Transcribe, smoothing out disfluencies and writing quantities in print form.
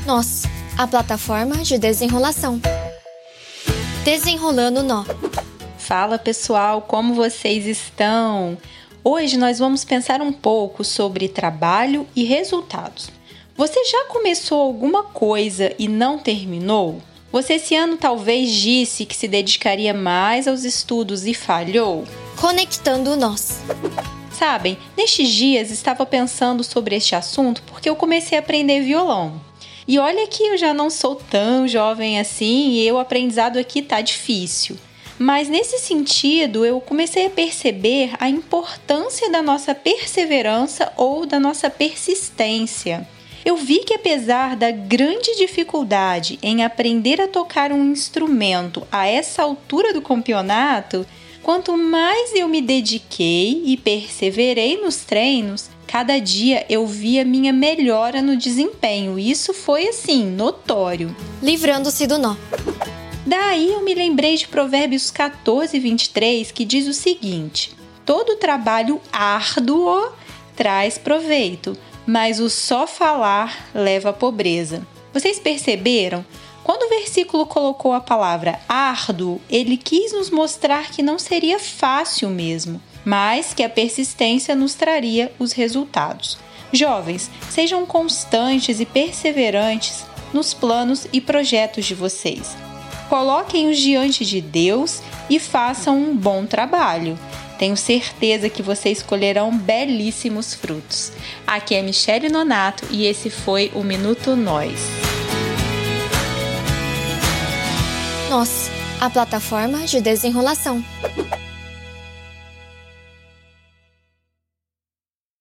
Nós, a plataforma de desenrolação. Desenrolando nó. Fala pessoal, como vocês estão? Hoje nós vamos pensar um pouco sobre trabalho e resultados. Você já começou alguma coisa e não terminou? Você esse ano talvez disse que se dedicaria mais aos estudos e falhou? Conectando nós. Sabem, nestes dias estava pensando sobre este assunto porque eu comecei a aprender violão. E olha que eu já não sou tão jovem assim e o aprendizado aqui tá difícil. Mas nesse sentido, eu comecei a perceber a importância da nossa perseverança ou da nossa persistência. Eu vi que apesar da grande dificuldade em aprender a tocar um instrumento a essa altura do campeonato, quanto mais eu me dediquei e perseverei nos treinos, cada dia eu via minha melhora no desempenho. Isso foi, notório. Livrando-se do nó. Daí eu me lembrei de Provérbios 14:23, que diz o seguinte: todo trabalho árduo traz proveito, mas o só falar leva à pobreza. Vocês perceberam? Quando o versículo colocou a palavra árduo, ele quis nos mostrar que não seria fácil mesmo, mas que a persistência nos traria os resultados. Jovens, sejam constantes e perseverantes nos planos e projetos de vocês. Coloquem-os diante de Deus e façam um bom trabalho. Tenho certeza que vocês colherão belíssimos frutos. Aqui é Michele Nonato e esse foi o Minuto Nós. Nós, a plataforma de desenrolação.